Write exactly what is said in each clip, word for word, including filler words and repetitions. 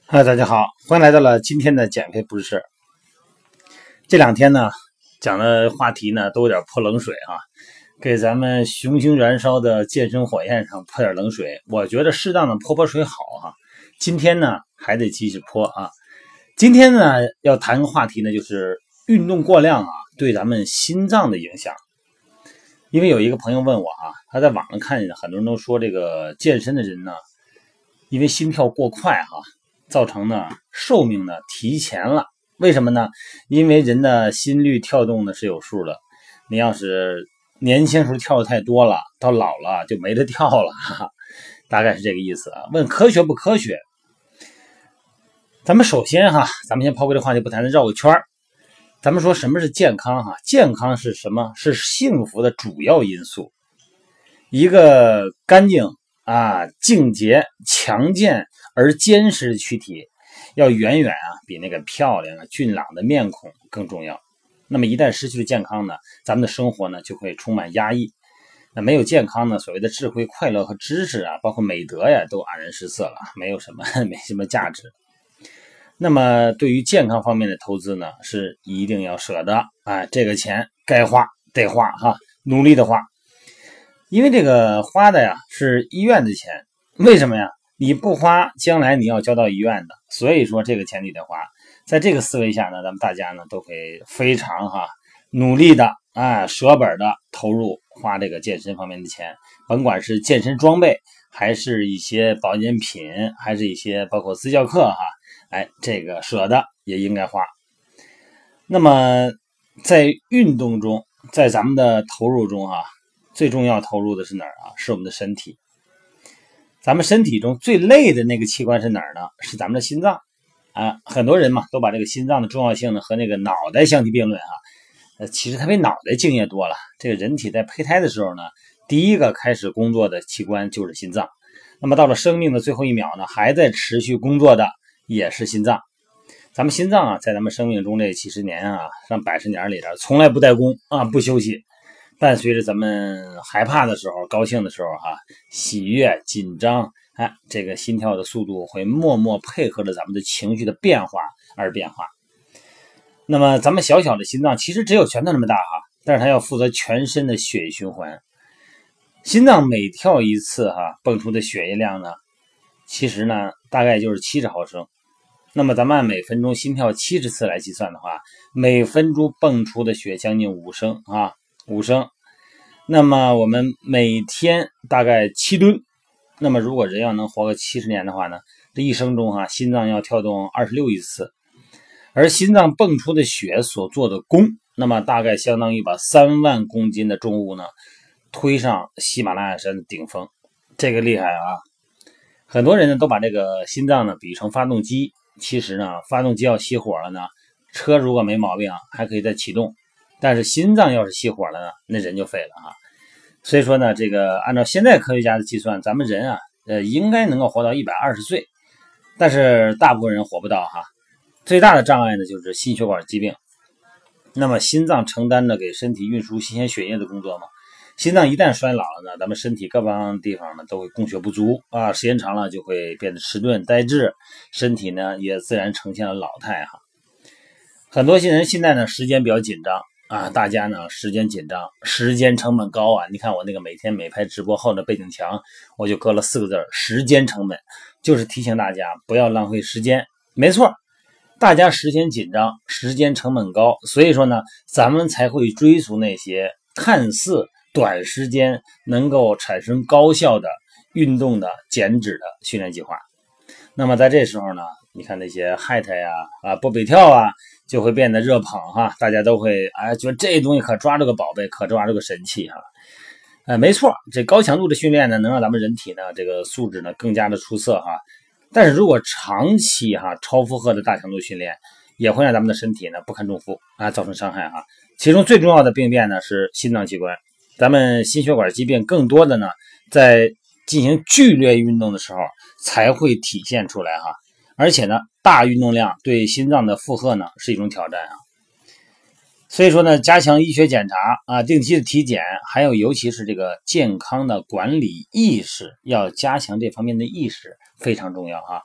啊，大家好，欢迎来到了今天的减肥不是事儿。这两天呢，讲的话题呢都有点泼冷水啊，给咱们熊熊燃烧的健身火焰上泼点冷水。我觉得适当的泼泼水好啊。今天呢还得继续泼啊。今天呢要谈个话题呢，就是运动过量啊对咱们心脏的影响。因为有一个朋友问我啊，他在网上看见很多人都说这个健身的人呢，因为心跳过快哈、啊。造成呢寿命呢提前了，为什么呢？因为人的心率跳动呢是有数的，你要是年轻时候跳的太多了，到老了就没得跳了，哈哈，大概是这个意思啊。问科学不科学？咱们首先哈，咱们先抛开这话题不谈，绕个圈儿。咱们说什么是健康哈？健康是什么？是幸福的主要因素。一个干净啊、净洁、强健而坚实的躯体，要远远啊比那个漂亮啊俊朗的面孔更重要。那么一旦失去了健康呢，咱们的生活呢就会充满压抑。那没有健康呢，所谓的智慧、快乐和知识啊，包括美德呀，都黯然失色了，没有什么没什么价值。那么对于健康方面的投资呢，是一定要舍得啊，这个钱该花得花哈，努力的花。因为这个花的呀是医院的钱，为什么呀？你不花，将来你要交到医院的，所以说这个钱你得花。在这个思维下呢，咱们大家呢都会非常哈努力的啊舍本的投入花这个健身方面的钱，甭管是健身装备，还是一些保健品，还是一些包括私教课哈，哎，这个舍得也应该花。那么在运动中，在咱们的投入中啊。最重要投入的是哪儿啊？是我们的身体。咱们身体中最累的那个器官是哪儿呢？是咱们的心脏啊。很多人嘛，都把这个心脏的重要性呢和那个脑袋相提并论啊。呃，其实它比脑袋敬业多了。这个人体在胚胎的时候呢，第一个开始工作的器官就是心脏。那么到了生命的最后一秒呢，还在持续工作的也是心脏。咱们心脏啊，在咱们生命中这几十年啊，上百十年里边，从来不怠工啊，不休息。伴随着咱们害怕的时候、高兴的时候哈、啊，喜悦、紧张，哎，这个心跳的速度会默默配合着咱们的情绪的变化而变化。那么咱们小小的心脏其实只有拳头那么大哈，但是它要负责全身的血液循环。心脏每跳一次哈，泵出的血液量呢，其实呢大概就是七十毫升。那么咱们按每分钟心跳七十次来计算的话，每分钟泵出的血将近五升啊。五升，那么我们每天大概七吨，那么如果人要能活个七十年的话呢，这一生中哈、啊，心脏要跳动二十六亿次，而心脏泵出的血所做的功，那么大概相当于把三万公斤的重物呢推上喜马拉雅山的顶峰，这个厉害啊！很多人呢都把这个心脏呢比喻成发动机，其实呢，发动机要熄火了呢，车如果没毛病还可以再启动。但是心脏要是熄火了呢，那人就废了啊。所以说呢，这个按照现在科学家的计算，咱们人啊，呃，应该能够活到一百二十岁，但是大部分人活不到哈。最大的障碍呢，就是心血管疾病。那么心脏承担着给身体运输新鲜血液的工作嘛。心脏一旦衰老了呢，咱们身体各方地方呢都会供血不足啊，时间长了就会变得迟钝呆滞，身体呢也自然呈现了老态哈。很多新人现在呢时间比较紧张。啊，大家呢时间紧张，时间成本高啊！你看我那个每天美拍直播后的背景墙，我就搁了四个字：时间成本，就是提醒大家不要浪费时间。没错，大家时间紧张，时间成本高，所以说呢，咱们才会追逐那些看似短时间能够产生高效的运动的减脂的训练计划。那么在这时候呢，你看那些海泰呀、啊波比跳啊，就会变得热捧哈，大家都会哎觉得这东西可抓住个宝贝，可抓住个神器哈。呃，没错，这高强度的训练呢，能让咱们人体呢这个素质呢更加的出色哈。但是如果长期哈超负荷的大强度训练，也会让咱们的身体呢不堪重负啊，造成伤害哈。其中最重要的病变呢是心脏器官，咱们心血管疾病更多的呢在进行剧烈运动的时候才会体现出来哈。而且呢，大运动量对心脏的负荷呢是一种挑战啊。所以说呢，加强医学检查啊，定期的体检，还有尤其是这个健康的管理意识，要加强这方面的意识非常重要哈。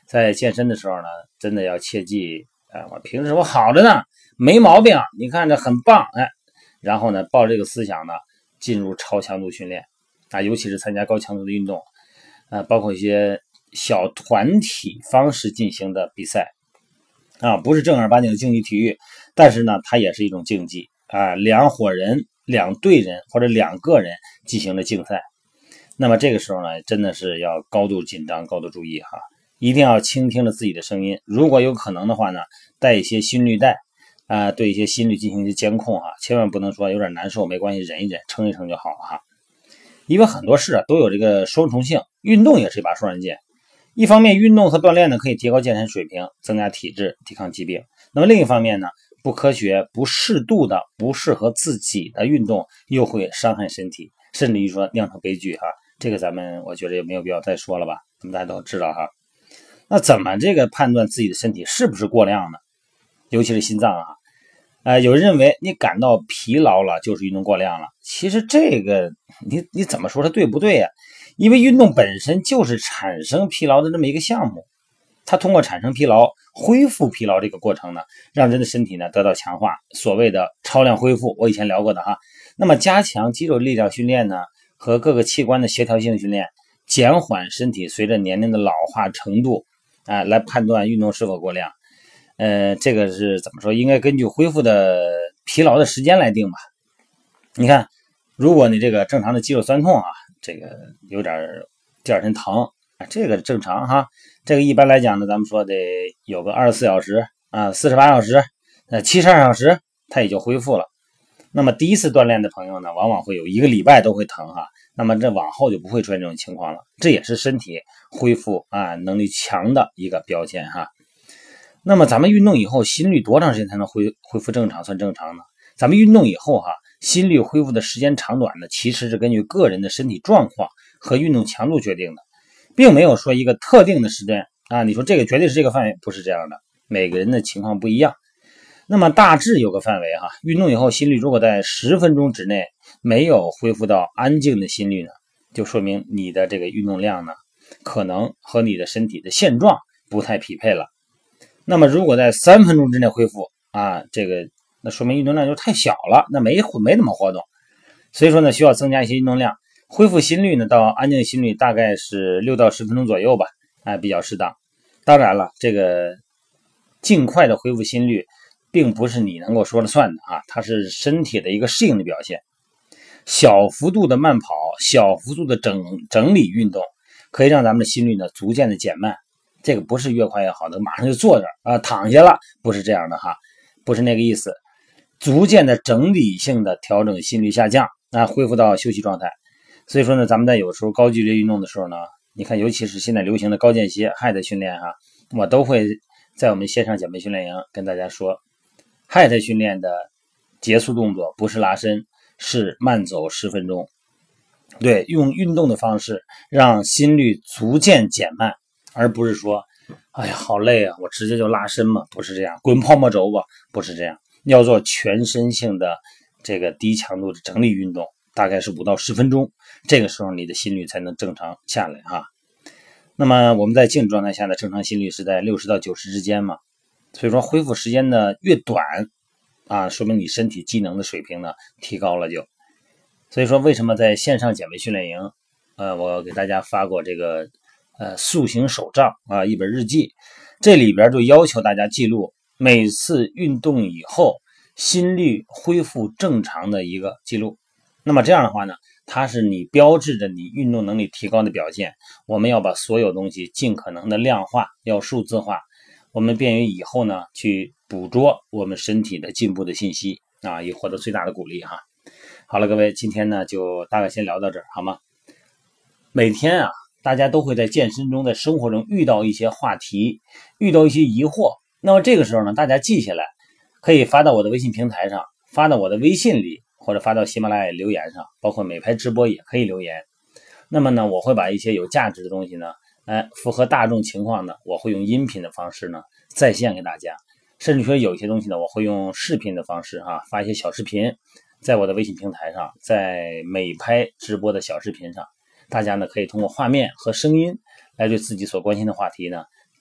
在健身的时候呢，真的要切记啊，我平时我好着呢，没毛病，你看着很棒，哎，然后呢，抱着这个思想呢，进入超强度训练啊，尤其是参加高强度的运动，啊，包括一些小团体方式进行的比赛啊，不是正儿八经的竞技体育，但是呢，它也是一种竞技啊，两伙人、两队人或者两个人进行的竞赛。那么这个时候呢，真的是要高度紧张、高度注意哈，一定要倾听着自己的声音。如果有可能的话呢，带一些心率带啊，对一些心率进行一些监控哈，千万不能说有点难受没关系，忍一忍，撑一撑就好了哈。因为很多事啊都有这个双重性，运动也是一把双刃剑。一方面，运动和锻炼呢可以提高健身水平，增加体质，抵抗疾病。那么另一方面呢，不科学、不适度的、不适合自己的运动又会伤害身体，甚至于说酿成悲剧哈。这个咱们我觉得也没有必要再说了吧，咱们大家都知道哈。那怎么这个判断自己的身体是不是过量呢？尤其是心脏啊，呃，有人认为你感到疲劳了就是运动过量了，其实这个你你怎么说它对不对呀？因为运动本身就是产生疲劳的这么一个项目，它通过产生疲劳、恢复疲劳这个过程呢，让人的身体呢得到强化，所谓的超量恢复，我以前聊过的哈。那么加强肌肉力量训练呢，和各个器官的协调性训练，减缓身体随着年龄的老化程度啊，来判断运动是否过量。呃，这个是怎么说？应该根据恢复的疲劳的时间来定吧。你看，如果你这个正常的肌肉酸痛啊，这个有点第二天疼啊，这个正常哈。这个一般来讲呢，咱们说得有个二十四小时啊，四十八小时，呃，七十二小时，它也就恢复了。那么第一次锻炼的朋友呢，往往会有一个礼拜都会疼哈，那么这往后就不会出现这种情况了，这也是身体恢复啊能力强的一个标签哈。那么咱们运动以后心率多长时间才能恢恢复正常算正常呢？咱们运动以后哈，心率恢复的时间长短呢，其实是根据个人的身体状况和运动强度决定的，并没有说一个特定的时间啊，你说这个绝对是这个范围，不是这样的，每个人的情况不一样。那么大致有个范围哈，运动以后心率如果在十分钟之内没有恢复到安静的心率呢，就说明你的这个运动量呢，可能和你的身体的现状不太匹配了。那么如果在三分钟之内恢复啊，这个那说明运动量就太小了，那没没怎么活动，所以说呢，需要增加一些运动量。恢复心率呢，到安静心率大概是六到十分钟左右吧，啊，比较适当。当然了，这个尽快的恢复心率，并不是你能够说了算的啊，它是身体的一个适应的表现。小幅度的慢跑，小幅度的整整理运动，可以让咱们的心率呢逐渐的减慢。这个不是越快越好的，马上就坐着啊躺下了，不是这样的哈，不是那个意思。逐渐的整理性的调整心率下降啊，恢复到休息状态。所以说呢，咱们在有时候高剧烈运动的时候呢，你看尤其是现在流行的高间歇 H I I T 训练哈，我都会在我们线上减肥训练营跟大家说， H I I T 训练的结束动作不是拉伸，是慢走十分钟。对，用运动的方式让心率逐渐减慢，而不是说哎呀好累啊，我直接就拉伸嘛，不是这样，滚泡沫轴吧，不是这样，要做全身性的这个低强度的整理运动，大概是五到十分钟，这个时候你的心率才能正常下来哈。那么我们在静止状态下的正常心率是在六十到九十之间嘛，所以说恢复时间呢越短啊，说明你身体机能的水平呢提高了就。所以说为什么在线上减肥训练营，呃，我给大家发过这个呃塑形手账啊，一本日记，这里边就要求大家记录每次运动以后心率恢复正常的一个记录。那么这样的话呢，它是你标志着你运动能力提高的表现。我们要把所有东西尽可能的量化，要数字化，我们便于以后呢去捕捉我们身体的进步的信息啊，以获得最大的鼓励哈。好了，各位，今天呢就大概先聊到这儿好吗？每天啊，大家都会在健身中，在生活中遇到一些话题，遇到一些疑惑。那么这个时候呢，大家记下来，可以发到我的微信平台上，发到我的微信里，或者发到喜马拉雅留言上，包括美拍直播也可以留言。那么呢，我会把一些有价值的东西呢，哎，符合大众情况呢，我会用音频的方式呢再现给大家。甚至说有一些东西呢，我会用视频的方式哈、啊，发一些小视频，在我的微信平台上，在美拍直播的小视频上，大家呢可以通过画面和声音来对自己所关心的话题呢，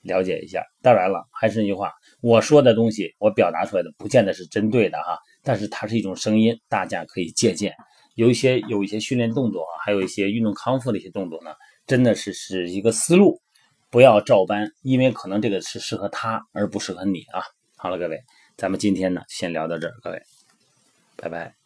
了解一下。当然了，还是那句话，我说的东西，我表达出来的不见得是针对的哈，但是它是一种声音，大家可以借鉴。有一些有一些训练动作啊，还有一些运动康复的一些动作呢，真的是是一个思路，不要照搬，因为可能这个是适合他而不适合你啊。好了，各位，咱们今天呢先聊到这儿，各位，拜拜。